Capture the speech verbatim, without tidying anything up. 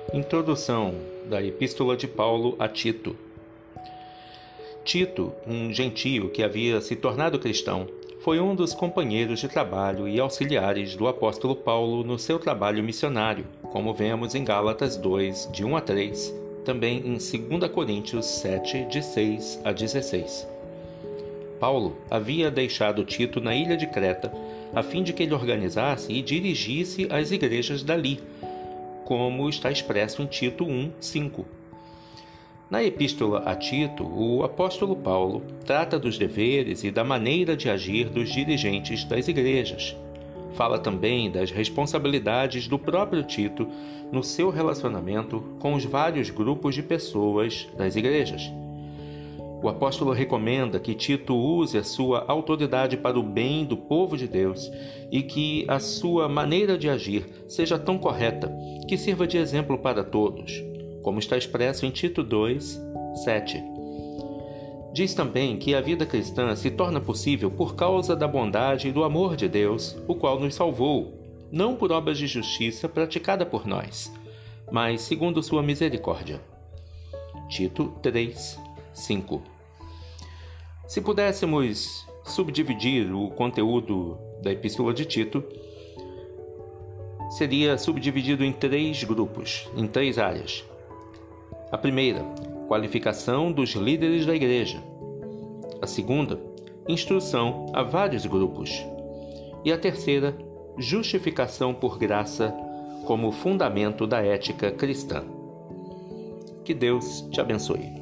Introdução da Epístola de Paulo a Tito. Tito, um gentio que havia se tornado cristão, foi um dos companheiros de trabalho e auxiliares do apóstolo Paulo no seu trabalho missionário, como vemos em Gálatas dois, de um a três, também em dois Coríntios sete, de seis a dezesseis. Paulo havia deixado Tito na ilha de Creta, a fim de que ele organizasse e dirigisse as igrejas dali, como está expresso em Tito um, cinco. Na Epístola a Tito, o apóstolo Paulo trata dos deveres e da maneira de agir dos dirigentes das igrejas. Fala também das responsabilidades do próprio Tito no seu relacionamento com os vários grupos de pessoas das igrejas. O apóstolo recomenda que Tito use a sua autoridade para o bem do povo de Deus e que a sua maneira de agir seja tão correta que sirva de exemplo para todos, como está expresso em Tito dois, sete. Diz também que a vida cristã se torna possível por causa da bondade e do amor de Deus, o qual nos salvou, não por obras de justiça praticada por nós, mas segundo sua misericórdia. Tito três, cinco. Se pudéssemos subdividir o conteúdo da Epístola de Tito, seria subdividido em três grupos, em três áreas. A primeira, qualificação dos líderes da igreja. A segunda, instrução a vários grupos. E a terceira, justificação por graça como fundamento da ética cristã. Que Deus te abençoe.